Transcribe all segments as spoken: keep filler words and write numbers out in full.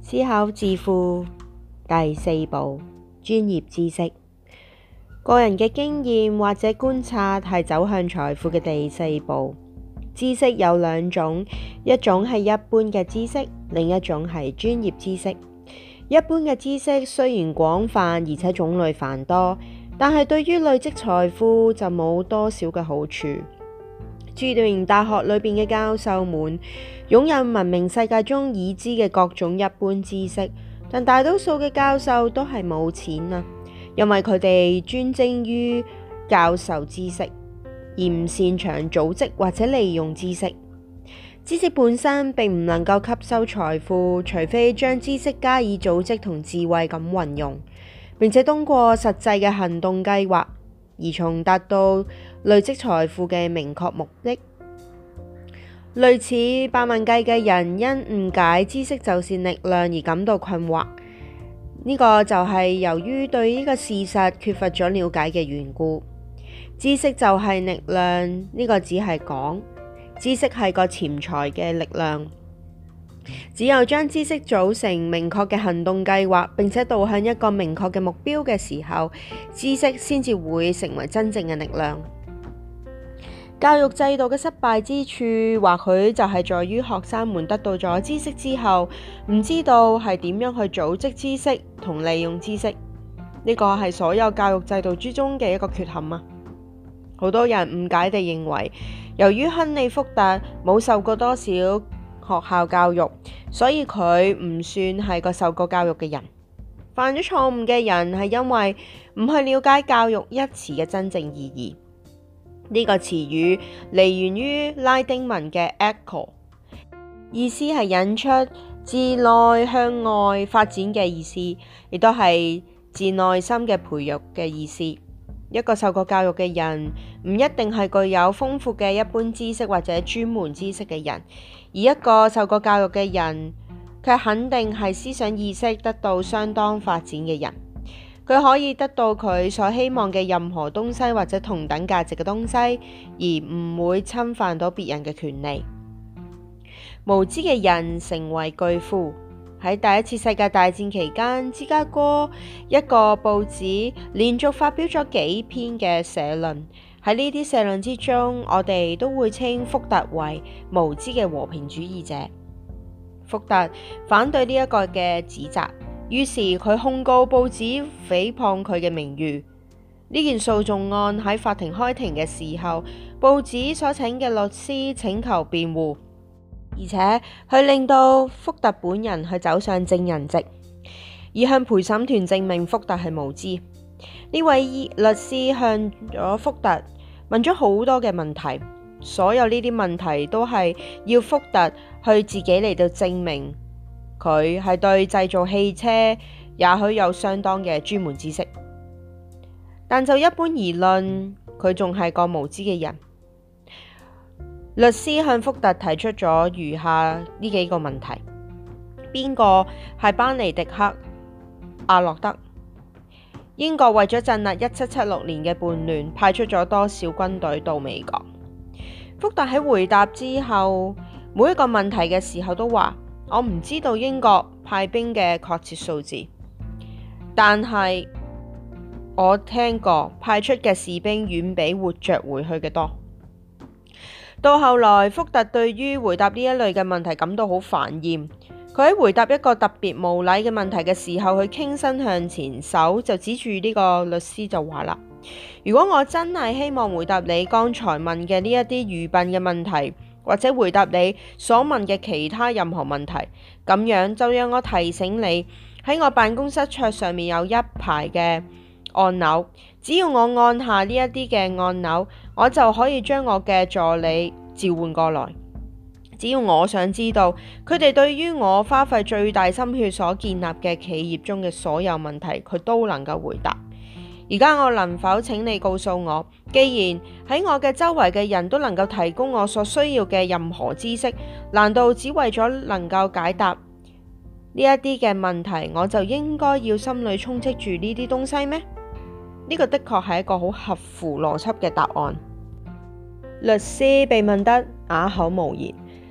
思考致富第四步，專業知識。個人嘅經驗或者觀察係走向財富嘅第四步。知識有兩種，一種係一般嘅知識，另一種係專業知識。一般嘅知識雖然廣泛而且種類繁多，但係對於累積財富就冇多少嘅好處。著名大學裏邊嘅教授們擁有聞名世界中已知嘅各種一般知識，但大多數嘅教授都係冇錢啊，因為佢哋專精於教授知識，而唔擅長組織或者利用知識。知識本身並唔能夠吸收財富，除非將知識加以組織同智慧咁運用，並且通過實際嘅行動計劃，而從達到累積財富嘅明確目的。類似百萬計嘅人因誤解知識就是力量而感到困惑，呢個就係由於對呢個事實缺乏咗了解嘅緣故。知識就係力量，呢個只係講，知識係個潛在嘅力量。只有將知識組成明確嘅行動計劃，並且導向一個明確嘅目標嘅時候，知識先至會成為真正嘅力量。教育制度嘅失敗之處，或許就係在於學生們得到咗知識之後，唔知道係點樣去組織知識同利用知識。呢個係所有教育制度之中嘅一個缺陷啊！好多人誤解地認為，由於亨利·福特冇受過多少學校教育，所以佢唔算係個受過教育嘅人。犯咗錯誤嘅人係因為唔去了解教育一詞嘅真正意義。呢、這個詞語嚟源於拉丁文嘅 echo， 意思係引出自內向外發展嘅意思，亦都係自內心嘅培育嘅意思。一個受過教育嘅人唔一定係具有豐富嘅一般知識或者專門知識嘅人，而一個受過教育嘅人卻肯定係思想意識得到相當發展嘅人。佢可以得到佢所希望嘅任何東西或者同等價值嘅東西，而唔會侵犯到別人嘅權利。無知嘅人成為巨富。喺第一次世界大戰期間，芝加哥一個報紙連續發表咗幾篇嘅社論。喺呢啲社論之中，我哋都會稱福特為無知嘅和平主義者。福特反對呢一個嘅指責，於是佢控告報紙誹謗佢嘅名譽。呢件訴訟案喺法庭開庭嘅時候，報紙所請嘅律師請求辯護，而且佢令到福特本人去走上證人席，而向陪審團證明福特係無知。呢位律師向咗福特問咗好多嘅問題，所有呢啲問題都係要福特去自己嚟到證明佢係對製造汽車也許有相當嘅專門知識。但就一般而論，佢仲係個無知嘅人。律師向福特提出咗餘下呢幾個問題：邊個係班尼迪克·阿諾德？英國為咗鎮壓一七七六年嘅叛亂，派出咗多少軍隊到美國？福特喺回答之後，每一個問題嘅時候都話：我唔知道英國派兵嘅確切數字，但係我聽過派出嘅士兵遠比活着回去嘅多。到後來，福特對於回答呢一類嘅問題感到好煩厭。佢喺回答一個特別無禮嘅問題嘅時候，佢傾身向前，手就指住呢個律師就話啦：如果我真係希望回答你剛才問嘅呢一啲愚笨嘅問題，或者回答你所問嘅其他任何問題，咁樣就讓我提醒你，喺我辦公室桌上面有一排嘅按鈕，只要我按下呢一啲嘅按鈕，我就可以將我嘅助理召喚過來。只要我想知道佢哋對於我花費最大心血所建立嘅企業中嘅所有問題，佢都能夠回答。而家我能否請你告訴我，既然喺我嘅周圍嘅人都能夠提供我所需要嘅任何知識，難道只為咗能夠解答呢一啲嘅問題，我就應該要心裏充斥住呢啲東西咩？呢個的確係一個好合乎邏輯嘅答案。律師被問得啞口無言。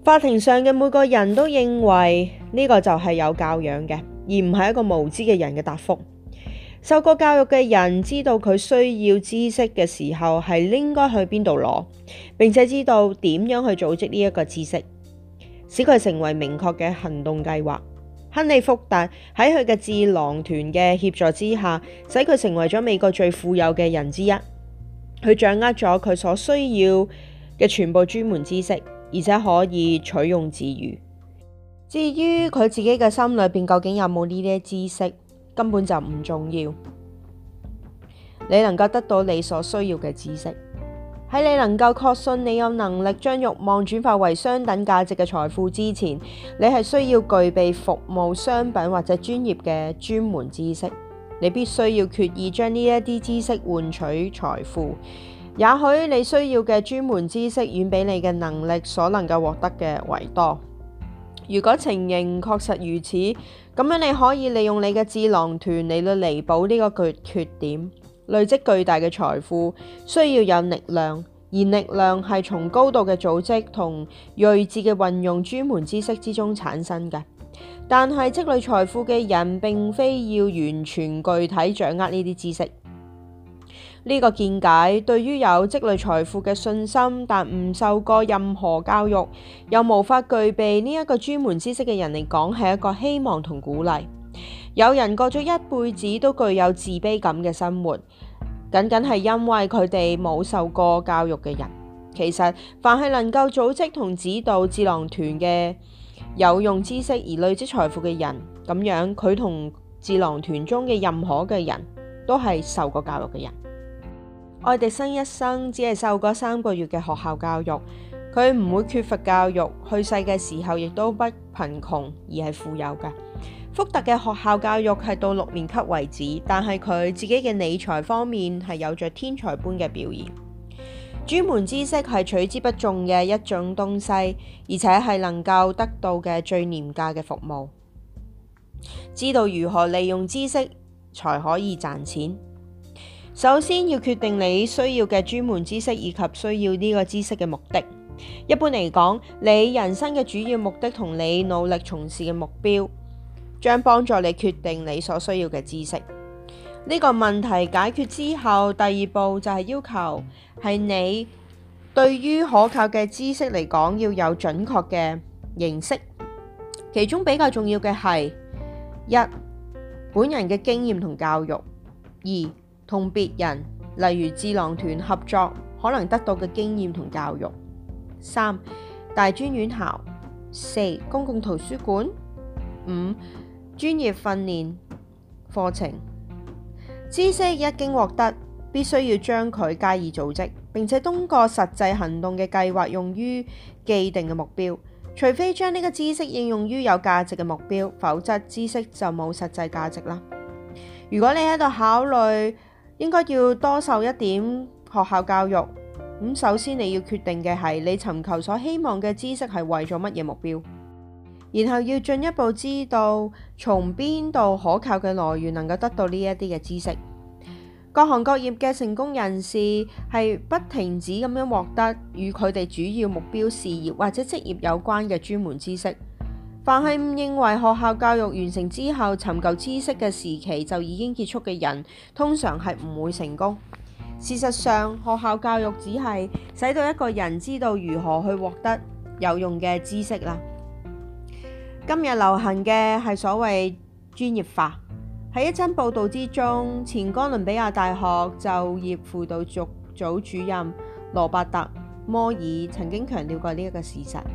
法庭上嘅每個人都認為呢個就係有教養嘅，而唔係一個無知嘅人嘅答覆。受過教育嘅人知道佢需要知識嘅時候係應該去邊度攞，並且知道點樣去組織呢一個知識，使佢成為明確嘅行動計劃。亨利福特喺佢嘅智囊團嘅協助之下，使佢成為咗美國最富有嘅人之一。佢掌握咗佢所需要嘅全部專門知識，而且可以取用自如。至於佢自己嘅心裏邊究竟有冇呢啲知識，根本就唔重要。你能夠得到你所需要嘅知識，喺你能夠確信你有能力將慾望轉化為相等價值嘅財富之前，你係需要具備服務商品或者專業嘅專門知識。你必須要決意將呢一啲知識換取財富。也許你需要嘅專門知識遠比你嘅能力所能夠獲得嘅為多。如果情形確實如此，咁樣你可以利用你嘅智囊團嚟到彌補呢個缺缺點。累積巨大嘅財富需要有力量，而力量係從高度嘅組織同睿智嘅運用專門知識之中產生嘅。但係積累財富嘅人並非要完全具體掌握呢啲知識。呢個見解對於有積累財富嘅信心但唔受過任何教育又無法具備呢一個專門知識嘅人嚟講，係一個希望同鼓勵。有人過咗一輩子都具有自卑感嘅生活，僅僅係因為佢哋冇受過教育嘅人。其實凡係能夠組織同指導智囊團嘅有用知識而累積財富嘅人，咁樣佢同智囊團中嘅任何嘅人都係受過教育嘅人。愛迪生一生只係受過三個月嘅學校教育，佢唔會缺乏教育，去世嘅時候亦都不貧窮而係富有嘅。福特嘅學校教育係到六年級為止，但係佢自己嘅理財方面係有着天才般嘅表現。專門知識係取之不盡嘅一種東西，而且係能夠得到嘅最廉價嘅服務。知道如何利用知識才可以賺錢。首先要決定你需要嘅專門知識以及需要呢個知識嘅目的。一般嚟講，你人生嘅主要目的同你努力從事嘅目標，將幫助你決定你所需要嘅知識。呢個問題解決之後，第二步就係要求係你對於可靠嘅知識嚟講要有準確嘅認識。其中比較重要嘅係一、本人嘅經驗同教育；二、同別人，例如智囊團合作可能得到嘅經驗同教育；三、大專院校；四、公共圖書館；五、專業訓練課程。知識一經獲得，必須要將佢加以組織，並且通過實際行動嘅計劃用於既定嘅目標。除非將呢個知識應用於有價值嘅目標，否則知識就冇實際價值啦。如果你喺度考慮應該要多受一點學校教育，咁首先你要決定嘅係你尋求所希望嘅知識係為咗乜嘢目標，然後要進一步知道從邊度可靠嘅來源能夠得到呢一啲嘅知識。各行各業嘅成功人士係不停止咁樣獲得與佢哋主要目標事業或者職業有關嘅專門知識。凡係誤認為學校教育完成之後尋求知識嘅時期就已經結束嘅人，通常係唔會成功。事實上，學校教育只係使到一個人知道如何去獲得有用嘅知識啦。今日流行嘅係所謂專業化。喺一則報道之中，前哥倫比亞大學就業輔導組組主任羅伯特摩爾曾經強調過呢一個事實。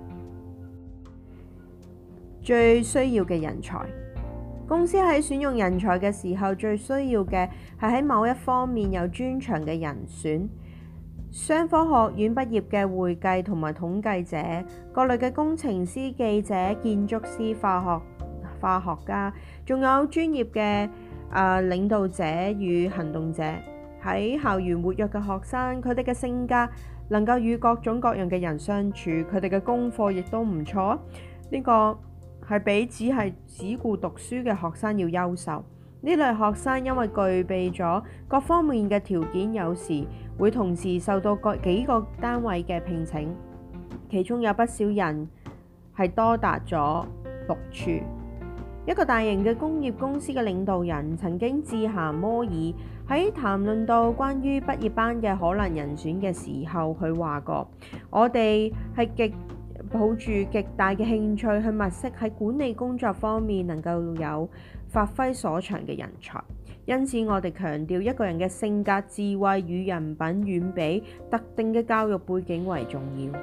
最需要嘅人才，公司喺選用人才嘅時候，最需要嘅係喺某一方面有專長嘅人選。商科學院畢業嘅會計同埋統計者，各類嘅工程師、記者、建築師、化學化學家，仲有專業嘅誒、呃、領導者與行動者。喺校園活躍嘅學生，佢哋嘅性格能夠與各種各樣嘅人相處，佢哋嘅功課亦都唔錯。呢、這個係比只係只顧讀書嘅學生要優秀。呢類學生因為具備咗各方面嘅條件，有時會同時受到各幾個單位嘅聘請。 其中有不少人係多達咗六處。一個大型嘅工業公司嘅領導人曾經致函摩爾，喺談論到關於畢業班嘅可能人選嘅時候，佢話過：我哋係極抱住極大嘅興趣去物色喺管理工作方面能夠有發揮所長嘅人才。因此，我哋強調一個人嘅性格、智慧與人品遠比特定嘅教育背景為重要。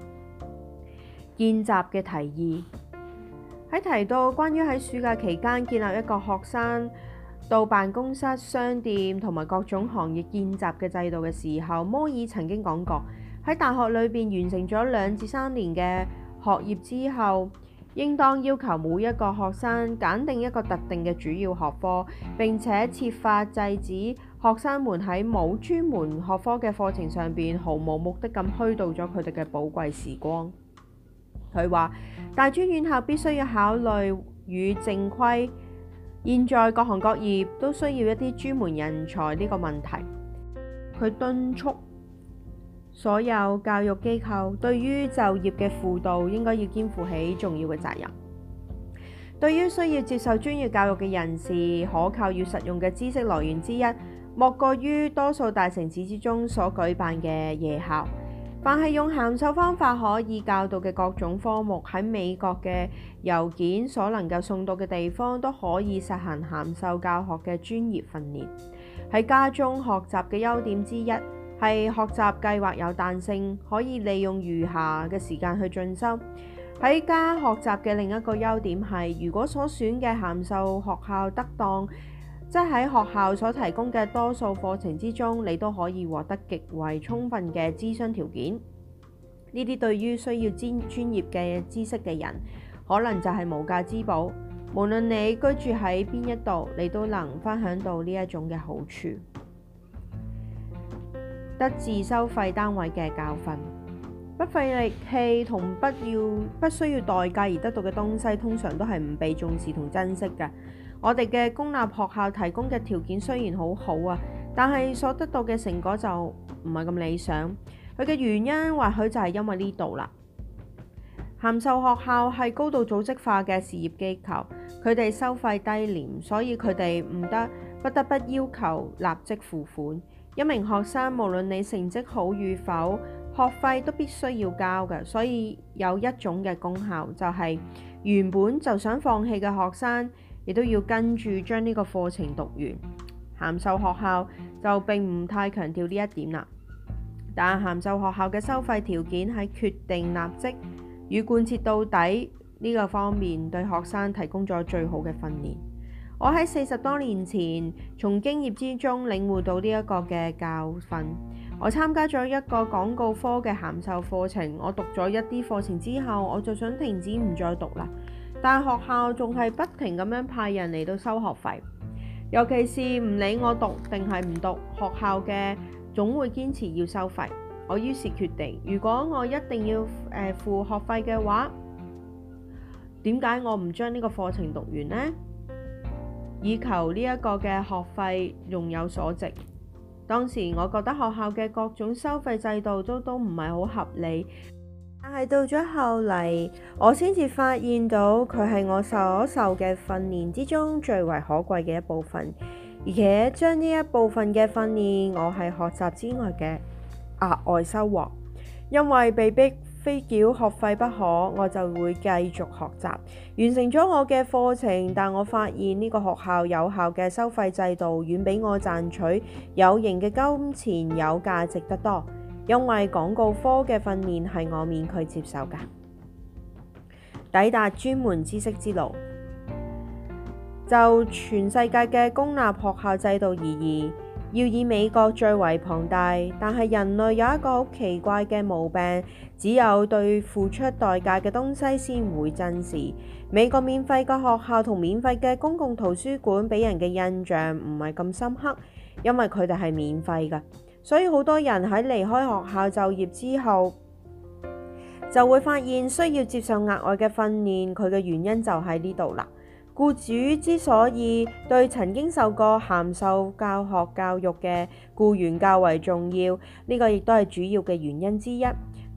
見習嘅提議。喺提到關於喺暑假期間建立一個學生到辦公室、商店同埋各種行業見習嘅制度嘅時候，摩爾曾經講過，喺大學裏邊完成咗兩至三年嘅學業之後，應當要求每一個學生揀定一個特定嘅主要學科，並且設法制止學生們喺冇專門學科嘅課程上邊毫無目的咁虛度咗佢哋嘅寶貴時光。佢話大專院校必須要考慮與正規，現在各行各業都需要一啲專門人才呢個問題。佢敦促所有教育機構對於就業嘅輔導應該要肩負起重要嘅責任。對於需要接受專業教育嘅人士，可靠與實用嘅知識來源之一，莫過於多數大城市之中所舉辦嘅夜校。凡係用函授方法可以教導嘅各種科目，喺美國嘅郵件所能夠送到嘅地方，都可以實行函授教學嘅專業訓練。喺家中學習嘅優點之一係學習計劃有彈性，可以利用餘下嘅時間去進修。喺家學習嘅另一個優點係，如果所選嘅函授學校得當，即喺學校所提供嘅多數課程之中，你都可以獲得極為充分嘅諮詢條件。呢啲對於需要專專業嘅知識嘅人，可能就係無價之寶。無論你居住喺邊一度，你都能分享到呢一種嘅好處。得自收費單位嘅教訓，不費力氣同不要不需要代價而得到嘅東西，通常都係唔被重視同珍惜嘅。我哋嘅公立學校提供嘅條件雖然好好啊，但係所得到嘅成果就唔係咁理想。佢嘅原因或許就係因為呢度啦。函授學校係高度組織化嘅事業機構，佢哋收費低廉，所以佢哋唔得不得不要求立即付款。一名學生無論你成績好與否，學費都必須要交嘅。所以有一種嘅功效就係原本就想放棄嘅學生，亦都要跟住將呢個課程讀完。函授學校就並唔太強調呢一點啦，但函授學校嘅收費條件喺決定立即與貫徹到底呢個方面，對學生提供咗最好嘅訓練。我喺四十多年前從經驗之中領會到呢一個嘅教訓。我參加咗一個廣告科嘅函授課程，我讀咗一啲課程之後，我就想停止唔再讀啦。但學校仲係不停咁樣派人嚟到收學費，尤其是唔理我讀定係唔讀，學校嘅總會堅持要收費。我於是決定，如果我一定要誒付學費嘅話，點解我唔將呢個課程讀完呢？以求呢一個嘅學費用有所值。當時我覺得學校嘅各種收費制度都都唔係好合理。但係到咗後嚟，我先至發現到佢係我所受嘅訓練之中最為可貴嘅一部分，而且將呢一部分嘅訓練，我係學習之外嘅額外收穫。因為被逼非繳學費不可，我就會繼續學習，完成咗我嘅課程。但我發現呢個學校有效嘅收費制度，遠比我賺取有形嘅金錢有價值得多。因為廣告科嘅訓練係我免佢接受㗎。抵達專門知識之路，就全世界嘅公立學校制度而言，要以美國最為龐大，但係人類有一個好奇怪嘅毛病，只有對付出代價嘅東西先會珍視。美國免費嘅學校同免費嘅公共圖書館俾人嘅印象唔係咁深刻，因為佢哋係免費㗎。所以好多人喺離開學校就業之後，就會發現需要接受額外嘅訓練。佢嘅原因就喺呢度啦。僱主之所以對曾經受過函授教學教育嘅僱員較為重要，呢個亦都係主要嘅原因之一。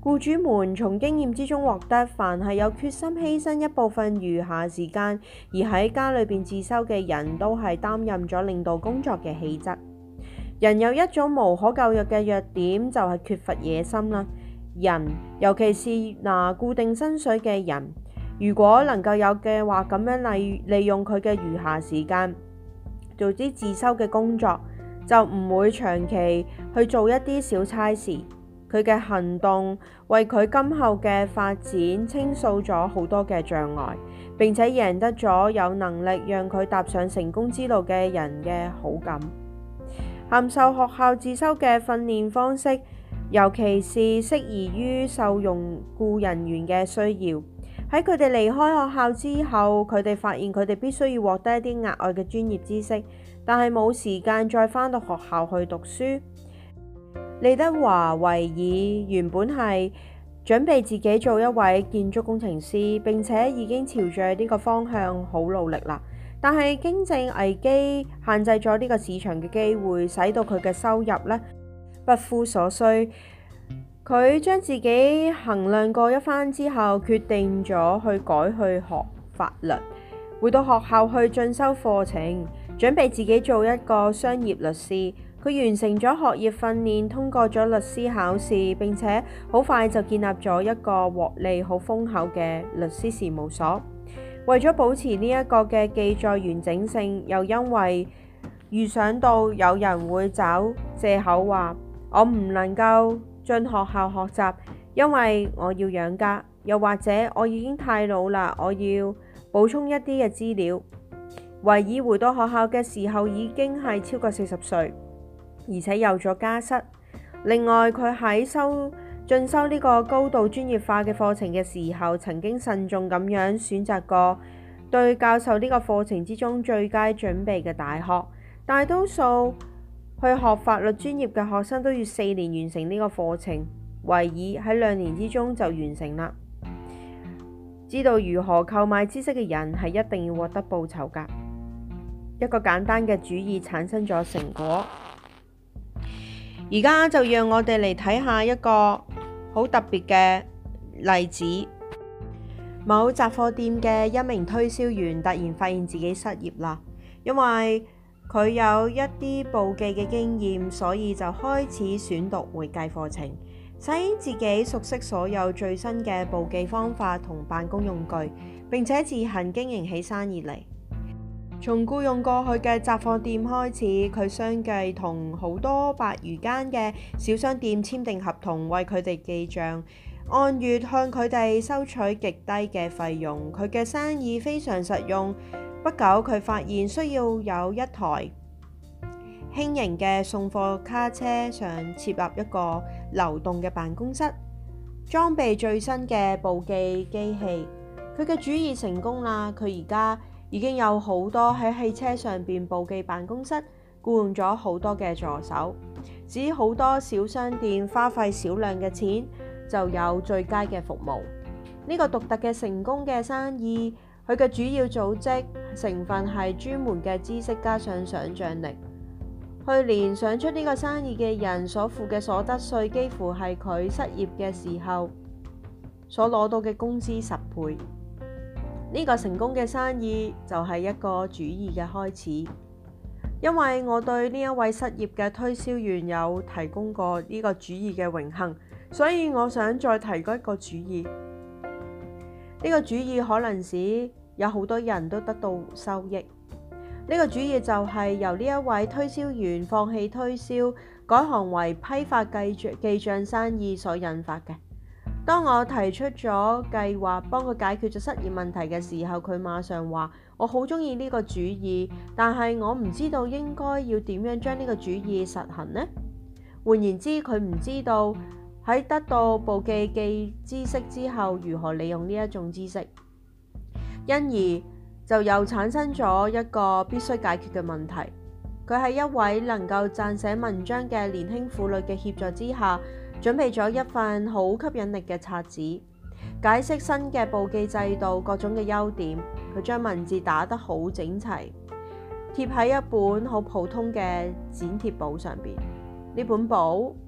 僱主們從經驗之中獲得，凡係有決心犧牲一部分餘下時間而喺家裏邊自修嘅人都係擔任咗領導工作嘅氣質。人有一種無可救藥嘅弱點，就係缺乏野心啦。人，尤其是拿固定薪水嘅人，如果能夠有嘅話，咁樣利利用佢嘅餘下時間做啲自修嘅工作，就唔會長期去做一啲小差事。佢嘅行動為佢今後嘅發展清掃咗好多嘅障礙，並且贏得咗有能力讓佢踏上成功之路嘅人嘅好感。函授學校自修嘅訓練方式，尤其是適宜於受用僱人員嘅需要。喺佢哋離開學校之後，佢哋發現佢哋必須要獲得一啲額外嘅專業知識，但係冇時間再返到學校去讀書。利德華維爾原本係準備自己做一位建築工程師，並且已經朝着呢個方向好努力啦。但係經濟危機限制咗呢個市場嘅機會，使到佢嘅收入呢不敷所需。佢將自己衡量過一番之後，決定咗去改去學法律，回到學校去進修課程，準備自己做一個商業律師。佢完成咗學業訓練，通過咗律師考試，並且好快就建立咗一個獲利好豐厚嘅律師事務所。為咗保持呢一個嘅記載完整性，又因為預想到有人會找藉口話我唔能夠進學校學習，因為我要養家，又或者我已經太老啦，我要補充一啲嘅資料。維爾回到學校嘅時候已經係超過四十歲。而且有咗家室。另外，佢喺修進修呢個高度專業化嘅課程嘅時候，曾經慎重咁樣選擇過對教授呢個課程之中最佳準備嘅大學。大多數去學法律專業嘅學生都要四年完成呢個課程，維爾喺兩年之中就完成啦。知道如何購買知識嘅人係一定要獲得報酬㗎。一個簡單嘅主意產生咗成果。而家就讓我哋嚟睇下一個好特別嘅例子。某雜貨店嘅一名推銷員突然發現自己失業啦，因為佢有一啲簿記嘅經驗，所以就開始選讀會計課程，使自己熟悉所有最新嘅簿記方法同辦公用具，並且自行經營起生意嚟。從僱用過去嘅雜貨店開始，佢相繼同好多百餘間嘅小商店簽訂合同，為佢哋記帳，按月向佢哋收取極低嘅費用。佢嘅生意非常實用。不久，佢發現需要有一台輕型嘅送貨卡車上設立一個流動嘅辦公室，裝備最新嘅簿記機器。佢嘅主意成功啦！佢而家已經有好多喺汽車上邊簿記辦公室，僱用咗好多嘅助手。至於好多小商店花費少量嘅錢，就有最佳嘅服務。呢個獨特嘅成功嘅生意，佢嘅主要組織成分係專門嘅知識加上想像力。去年想出呢個生意嘅人所付嘅所得稅，幾乎係佢失業嘅時候所攞到嘅工資十倍。呢個成功嘅生意就係一個主意嘅開始，因為我對呢一位失業嘅推銷員有提供過呢個主意嘅榮幸，所以我想再提供一個主意。呢個主意可能使有好多人都得到收益。呢個主意就係由呢一位推銷員放棄推銷，改行為批發記帳記帳生意所引發嘅。當我提出咗計劃幫佢解決咗失業問題嘅時候，佢馬上話：我好中意呢個主意，但係我唔知道應該要點樣將呢個主意實行呢？換言之，佢唔知道喺得到簿記記知識之後，如何利用呢一種知識，因而就又產生咗一個必須解決嘅問題。佢喺一位能夠撰寫文章嘅年輕婦女嘅協助之下，準備咗一份好吸引力嘅冊子，解釋新嘅簿記制度各種嘅優點。佢將文字打得好整齊，貼喺一本好普通嘅剪貼簿上邊。呢本簿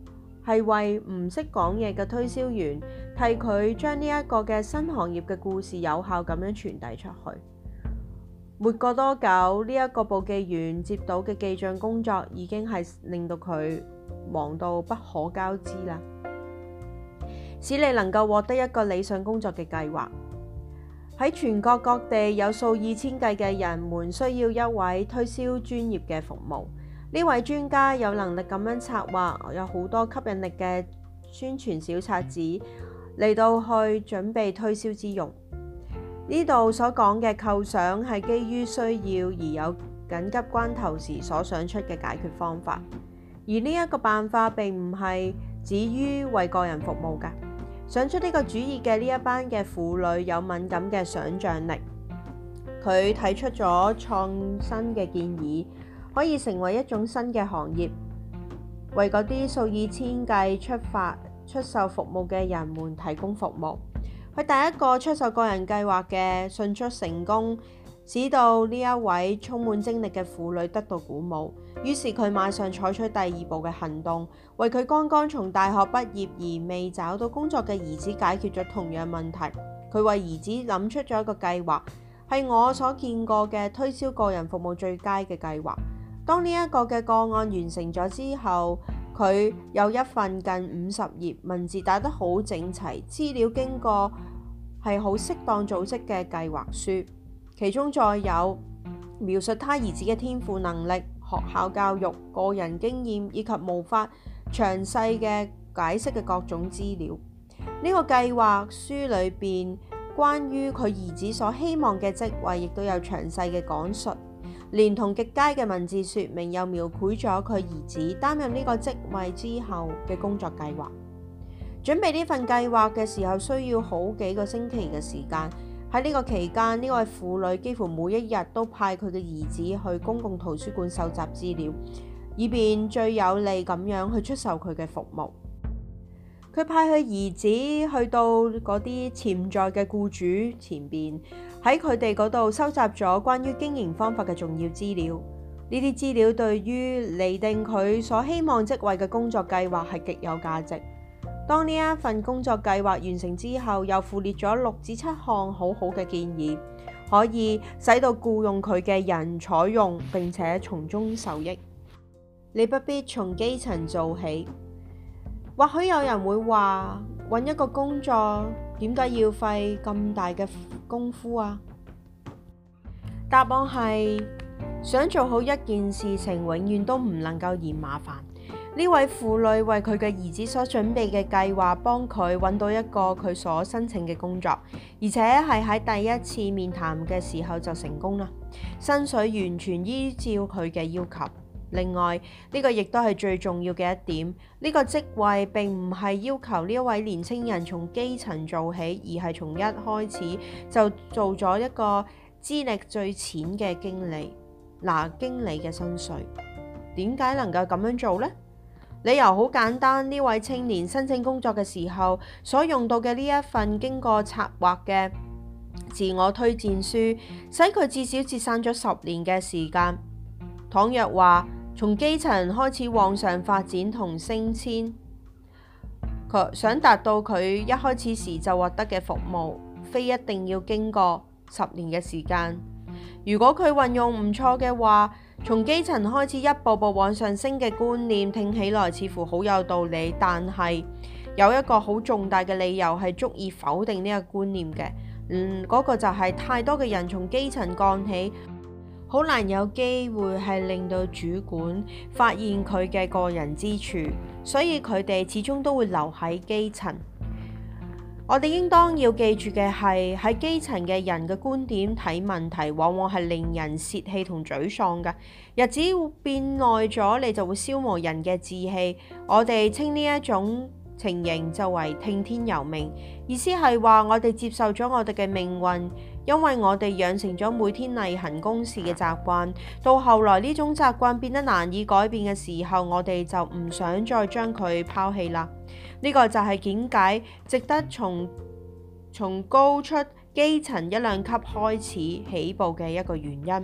係為唔識講嘢嘅推銷員替佢將呢一個嘅新行業嘅故事有效咁樣傳遞出去。沒過多久，呢、這、一個簿記員接到嘅記帳工作已經係令到佢忙到不可交織啦，使你能夠獲得一個理想工作嘅計劃。喺全國各地有數以千計嘅人們需要一位推銷專業嘅服務。呢位專家有能力咁樣策劃，有好多吸引力嘅宣傳小冊子嚟到去準備推銷之用。呢度所講嘅構想係基於需要而有緊急關頭時所想出嘅解決方法，而呢一個辦法並唔係止於為個人服務㗎。想出呢個主意嘅呢一班嘅婦女有敏感嘅想像力，佢提出咗創新嘅建議，可以成為一種新嘅行業，為嗰啲數以千計出發出售服務嘅人們提供服務。佢第一個出售個人計劃嘅迅速成功，使到呢一位充滿精力嘅婦女得到鼓舞。於是佢馬上採取第二步嘅行動，為佢剛剛從大學畢業而未找到工作嘅兒子解決咗同樣問題。佢為兒子諗出咗一個計劃，係我所見過嘅推銷個人服務最佳嘅計劃。當呢一個嘅個案完成咗之後，佢有一份近五十頁、文字打得好整齊、資料經過係好適當組織嘅計劃書，其中再有描述他兒子嘅天賦能力、學校教育、個人經驗以及無法詳細嘅解釋嘅各種資料。呢、這個計劃書裏邊關於佢兒子所希望嘅職位，亦都有詳細嘅講述。連同極佳嘅文字說明，又描繪咗佢兒子擔任呢個職位之後嘅工作計劃。準備呢份計劃嘅時候，需要好幾個星期嘅時間。喺呢個期間，呢位婦女幾乎每一日都派佢嘅兒子去公共圖書館搜集資料，以便最有利咁樣去出售佢嘅服務。佢派佢兒子去到嗰啲潛在嘅僱主前邊，喺佢哋嗰度收集咗關於經營方法嘅重要資料。呢啲資料對於釐定佢所希望職位嘅工作計劃係極有價值。當呢一份工作計劃完成之後，又附列咗六至七項好好嘅建議，可以使到僱用佢嘅人採用並且從中受益。你不必從基層做起。或許有人會話，揾一個工作點解要費咁大嘅功夫啊？答案係，想做好一件事情，永遠都唔能夠嫌麻煩。呢位婦女為佢嘅兒子所準備嘅計劃，幫佢揾到一個佢所申請嘅工作，而且係喺第一次面談嘅時候就成功啦。薪水完全依照佢嘅要求。另外，呢個亦都係最重要嘅一點，呢個職位並唔係要求呢一位年輕人從基層做起，而係從一開始就做咗一個資歷最淺嘅經理。嗱，經理嘅薪水點解能夠咁樣做呢？理由好簡單，呢位青年申請工作嘅時候所用到嘅呢一份經過策劃嘅自我推薦書，使佢至少節省咗十年嘅時間。倘若話從基層開始往上發展同升遷，佢想達到佢一開始時就獲得嘅服務，非一定要經過十年嘅時間。如果佢運用唔錯嘅話，從基層開始一步步往上升嘅觀念聽起來似乎好有道理，但係有一個好重大嘅理由係足以否定呢個觀念嘅。嗯，嗰個就係太多嘅人從基層幹起，好難有機會係令到主管發現佢嘅個人之處，所以佢哋始終都會留喺基層。我哋應當要記住嘅係，喺基層嘅人嘅觀點睇問題，往往係令人泄氣同沮喪嘅。日子變耐咗，你就會消磨人嘅志氣。我哋稱呢一種情形就為聽天由命，意思係話我哋接受咗我哋嘅命運，因為我哋養成咗每天例行公事嘅習慣。到後來呢種習慣變得難以改變嘅時候，我哋就唔想再將佢拋棄啦。呢個就係點解值得從從高出基層一兩級開始起步嘅一個原因。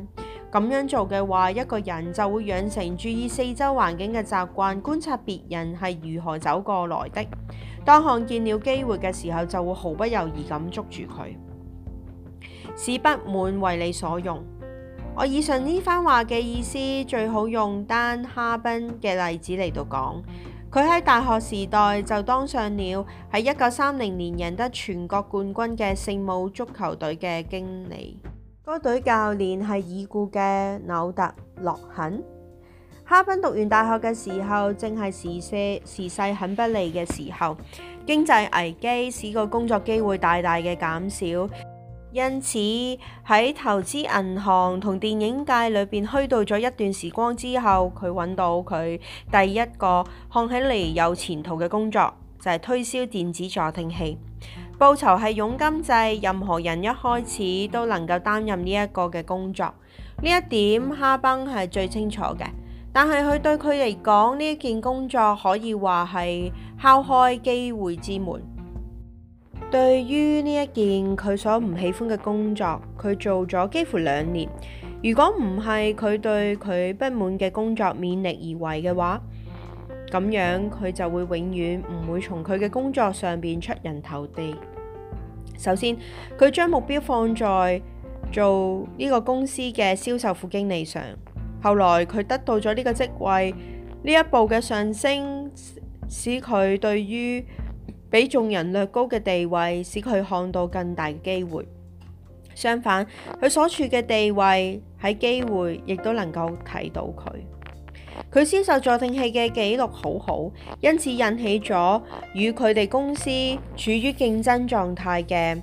咁樣做嘅話，一個人就會養成注意四周環境嘅習慣，觀察別人係如何走過來的。當看見了機會嘅時候，就會毫不猶豫咁捉住佢，使不滿為你所用。我以上呢番話嘅意思，最好用丹哈賓嘅例子嚟到講。佢喺大學時代就當上了喺一九三零年贏得全國冠軍嘅聖母足球隊嘅經理。嗰隊教練係已故嘅紐特洛肯。哈賓讀完大學嘅時候，正係時勢時勢很不利嘅時候，經濟危機使個工作機會大大嘅減少，因此喺投資銀行同電影界裏邊虛度咗一段時光之後，佢揾到佢第一個看起嚟有前途嘅工作，就係推銷電子助聽器。報酬係佣金制，任何人一開始都能夠擔任呢一個嘅工作。呢一點哈賓係最清楚嘅，但係佢對佢嚟講，呢一件工作可以話係敲開機會之門。對於呢一件佢所唔喜歡嘅工作，佢做咗幾乎兩年。如果唔係佢對佢不滿嘅工作勉力而為嘅話，咁樣佢就會永遠唔會從佢嘅工作上邊出人頭地。首先，佢將目標放在做呢個公司嘅銷售副經理上。後來佢得到咗呢個職位，呢一步嘅上升，使佢對於比眾人略高嘅地位，使佢看到更大嘅機會。相反，佢所處嘅地位喺機會亦都能夠睇到佢。佢銷售助聽器嘅記錄好好，因此引起咗與佢哋公司處於競爭狀態嘅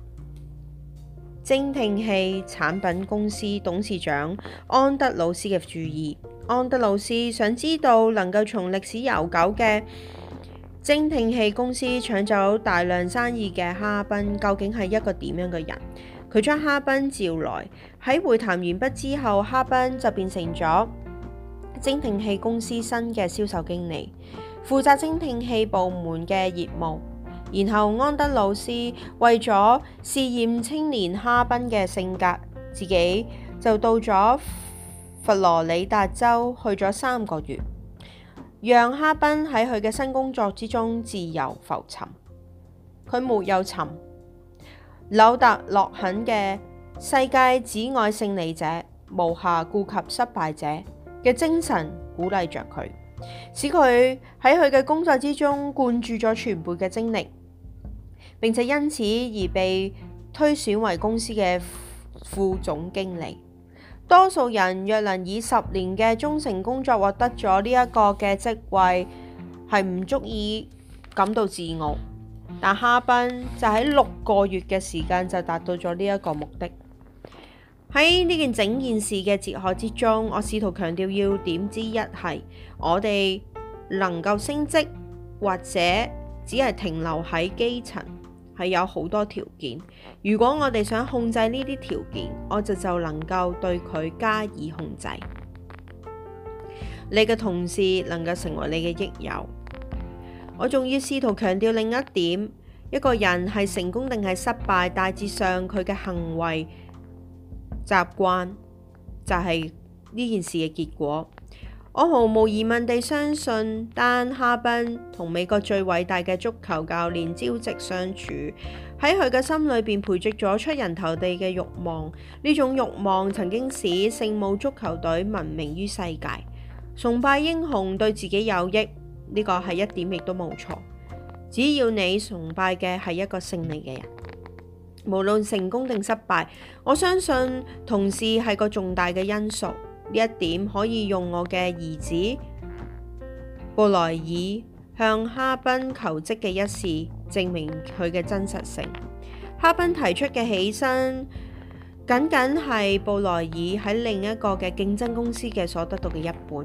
精聽器產品公司董事長安德魯斯嘅注意。安德魯斯想知道能夠從歷史悠久嘅精聽器公司搶走大量生意嘅哈賓究竟係一個點樣嘅人。佢將哈賓召來，喺會談完畢之後，哈賓就變成咗精聽器公司新嘅銷售經理，負責精聽器部門嘅業務。然後安德魯斯為咗試驗青年哈賓嘅性格，自己就到咗佛羅里達州去咗三個月，讓哈賓喺佢嘅新工作之中自由浮沉。佢沒有沉。紐特洛肯嘅世界只愛勝利者，無暇顧及失敗者嘅精神鼓勵着佢，使佢喺佢嘅工作之中灌注咗全部嘅精力，並且因此而被推選為公司嘅副總經理。多數人若能以十年嘅忠誠工作獲得咗呢一個嘅職位，係唔足以感到自傲，但哈賓就喺六個月嘅時間就達到咗呢一個目的。喺呢件整件事嘅哲學之中，我試圖強調要點之一係，我哋能夠升職或者只係停留喺基層，係有好多條件。如果我哋想控制呢啲條件，我就就能夠對佢加以控制。你嘅同事能夠成為你嘅益友。我仲要試圖強調另一點，一個人係成功定係失敗，大致上佢嘅行為習慣就係呢件事嘅結果。我毫無疑問地相信，丹哈賓同美國最偉大嘅足球教練朝夕相處，喺佢嘅心裏邊培植咗出人頭地嘅慾望。呢種慾望曾經使聖母足球隊聞名於世界。崇拜英雄對自己有益，呢個係一點亦都冇錯。只要你崇拜嘅係一個勝利嘅人，無論成功定失敗，我相信同事係個重大嘅因素。呢一點可以用我嘅兒子布萊爾向哈賓求職嘅一事證明佢嘅真實性。哈賓提出嘅起薪僅僅係布萊爾喺另一個嘅競爭公司嘅所得到嘅一半。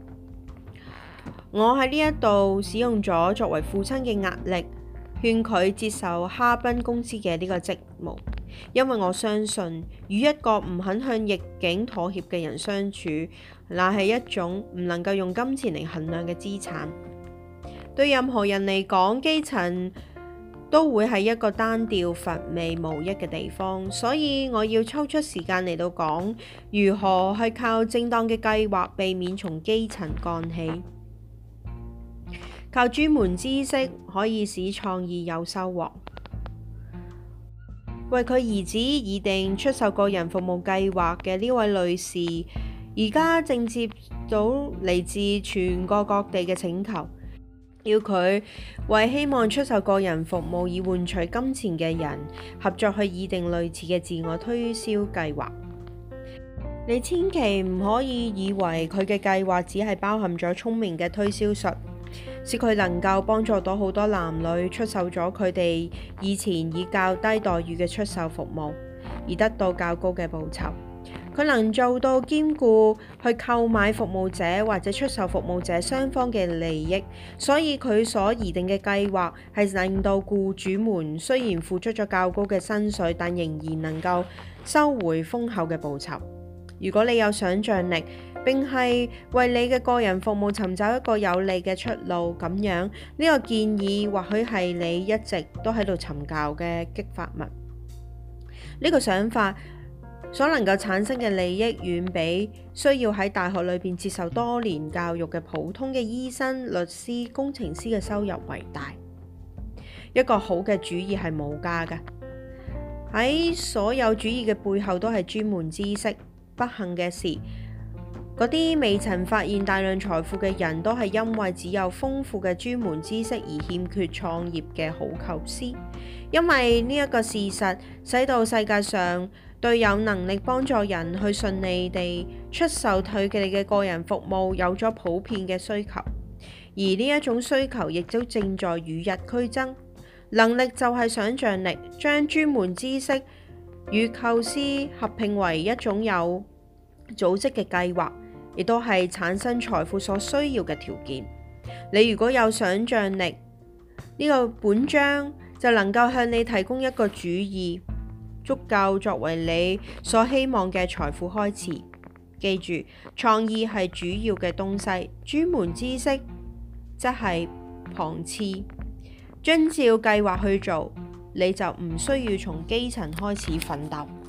我喺呢一度使用咗作為父親嘅壓力，勸佢接受哈賓公司嘅呢個職務，因為我相信與一個唔肯向逆境妥協嘅人相處，那係一種唔能夠用金錢嚟衡量嘅資產。對任何人嚟講，基層都會係一個單調乏味無益嘅地方，所以我要抽出時間嚟到講如何係靠正當嘅計劃避免從基層幹起。靠專門知識可以使創意有收穫。為佢兒子擬定出售個人服務計劃嘅呢位女士，而家正接到嚟自全國各地嘅請求，要佢為希望出售個人服務以換取金錢嘅人合作去擬定類似嘅自我推銷計劃。你千祈唔可以以為佢嘅計劃只係包含咗聰明嘅推銷術，使佢能夠幫助到好多男女出售咗佢哋以前以較低待遇嘅出售服務，而得到較高嘅報酬。佢能做到兼顧去購買服務者或者出售服務者雙方嘅利益，所以佢所擬定嘅計劃係令到僱主們雖然付出咗較高嘅薪水，但仍然能夠收回豐厚嘅報酬。如果你有想像力，並係為你嘅個人服務尋找一個有利嘅出路，咁樣呢個建議或許係你一直都喺度尋求嘅激發物。呢個想法所能夠產生嘅利益，遠比需要喺大學裏邊接受多年教育嘅普通嘅醫生、律師、工程師嘅收入為大。一個好嘅主意係無價嘅，喺所有主意嘅背後都係專門知識。不幸嘅是，嗰啲未曾發現大量財富嘅人都係因為只有豐富嘅專門知識而欠缺創業嘅好構思。因為呢一個事實，使到世界上對有能力幫助人去順利地出售佢哋嘅個人服務有咗普遍嘅需求，而呢一種需求亦都正在與日俱增。能力就係想像力，將專門知識與構思合併為一種有組織嘅計劃，亦都係產生財富所需要嘅條件。你如果有想像力，呢個本章就能夠向你提供一個主意，足夠作為你所希望嘅財富開始。記住，創意係主要嘅東西，專門知識則係旁次。遵照計劃去做，你就唔需要從基層開始奮鬥。